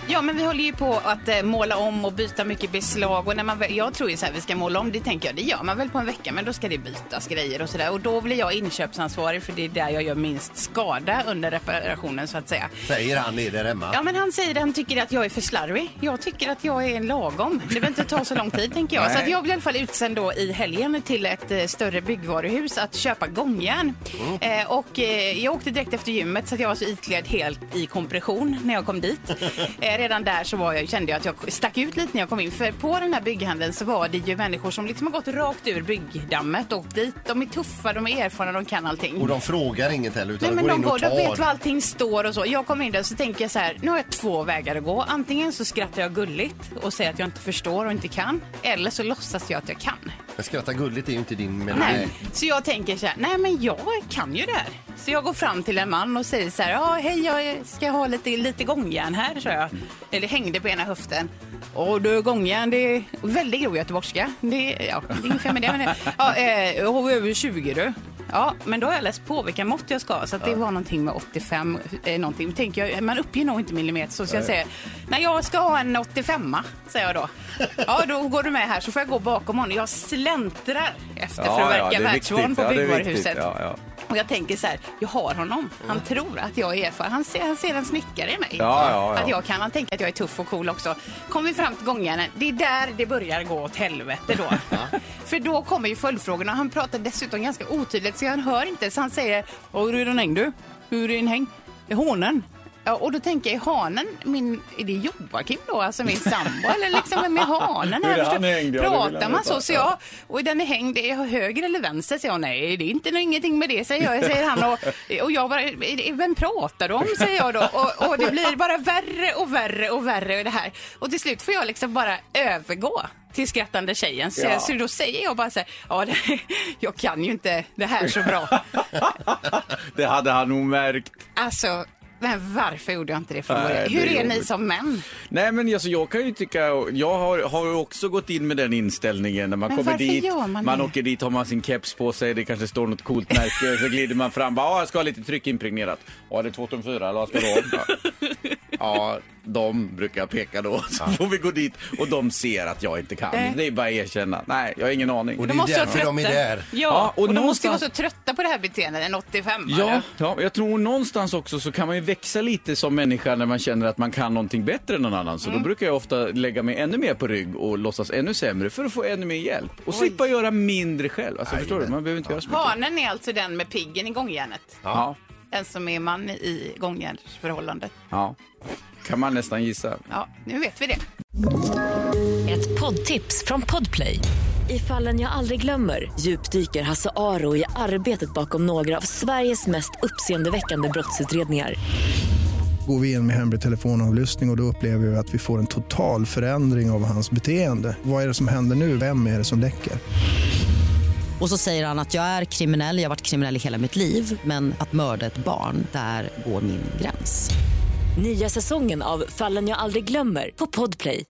Ja, men vi håller ju på att måla om och byta mycket beslag. Och när jag tror ju så här, vi ska måla om, det tänker jag, det gör man väl på en vecka. Men då ska det bytas grejer och sådär. Och då blir jag inköpsansvarig, för det är där jag gör minst skada under reparationen, så att säga. Säger han det där hemma? Ja, men han tycker att jag är för slarvig. Jag tycker att jag är en lagom. Det behöver inte ta så lång tid, tänker jag. Nej. Så att jag blir i alla fall utsänd då i helgen till ett större byggvaruhus att köpa gångjärn. Jag åkte direkt efter gymmet, så att jag var så itklädd helt i kompression när jag kom dit. Redan där så kände jag att jag stack ut lite när jag kom in. För på den här bygghandeln så var det ju människor som liksom har gått rakt ur byggdammet och dit. De är tuffa, de är erfarna, de kan allting. Och de frågar inget heller, utan Nej, men de går in och tar. De vet vad allting står och så. Jag kommer in där så tänker jag så här, nu har jag 2 vägar att gå. Antingen så skrattar jag gulligt och säger att jag inte förstår och inte kan. Eller så låtsas jag att jag kan. Jag skrattar gulligt är ju inte din melodi. Nej. Så jag tänker så här, nej men jag kan ju det här. Så jag går fram till en man och säger så här, ja hej, jag ska ha lite gångjärn här, så jag. Eller hängde på ena höften. Och du, gångjärn, det är väldigt grov göteborgska. Det är inget fel med det. Men jag har över 20 du. Ja, men då har jag läst på vilka mått jag ska. Så att det var någonting med 85, någonting. Tänker jag, man uppger nog inte millimeter. Så jag säger, nej jag ska ha en 85, säger jag då. Ja, då går du med här så får jag gå bakom honom. Jag släntrar efter för att verka världsvan på byggvaruhuset. Ja. Och jag tänker så här, jag har honom. Han tror att jag är erfaren. Han ser en snickare i mig. Ja. Att jag kan. Han tänker att jag är tuff och cool också. Kommer vi fram till gångjärnen, det är där det börjar gå åt helvete då. För då kommer ju följdfrågorna. Han pratar dessutom ganska otydligt så han hör inte. Så han säger, hur är den häng du? Hur är den häng? Det är hånen. Ja, och då tänker jag, hanen, är det Joakim då, alltså min sambo, eller liksom vem är hanen här? Pratar man så jag, och den är hängd, är jag höger eller vänster? Så jag, nej, det är inte ingenting med det, säger han, och jag bara, vem pratar de, säger jag då, och det blir bara värre och värre och värre det här, och till slut får jag liksom bara övergå till skrattande tjejen, så då säger jag bara så här, jag kan ju inte det här så bra. Det hade han nog märkt. Alltså, men varför gjorde jag inte det från början? Hur är ni som män? Nej, men alltså, jag kan ju tycka, jag har också gått in med den inställningen när man kommer dit. Man åker dit, har man sin keps på sig, det kanske står något coolt märke, så glider man fram, jag ska ha lite tryck impregnerat. Ja, det är 2004, eller vad ska det vara? Ja, de brukar peka då. Så får vi gå dit och de ser att jag inte kan. Det är bara att erkänna. Nej, jag har ingen aning. Och det är därför de är där. Ja, och de måste vara så trötta på det här beteendet, en 85. Ja, jag tror någonstans också så kan man ju växa lite som människa när man känner att man kan någonting bättre än någon annan. Så då brukar jag ofta lägga mig ännu mer på rygg och låtsas ännu sämre för att få ännu mer hjälp. Och slippa göra mindre själv. Alltså, förstår du? Man behöver inte göra så mycket. Hanen är alltså den med piggen i gångjärnet. Ja. Den som är man i gångjärnsförhållandet. Ja, kan man nästan gissa. Ja, nu vet vi det. Ett poddtips från Podplay. I Fallen jag aldrig glömmer djupdyker Hasse Aro i arbetet bakom några av Sveriges mest uppseendeväckande brottsutredningar. Går vi in med hemlig telefonavlyssning och då upplever vi att vi får en total förändring av hans beteende. Vad är det som händer nu? Vem är det som läcker? Och så säger han att jag är kriminell, jag har varit kriminell i hela mitt liv. Men att mörda ett barn, där går min gräns. Nya säsongen av Fallen jag aldrig glömmer på Podplay.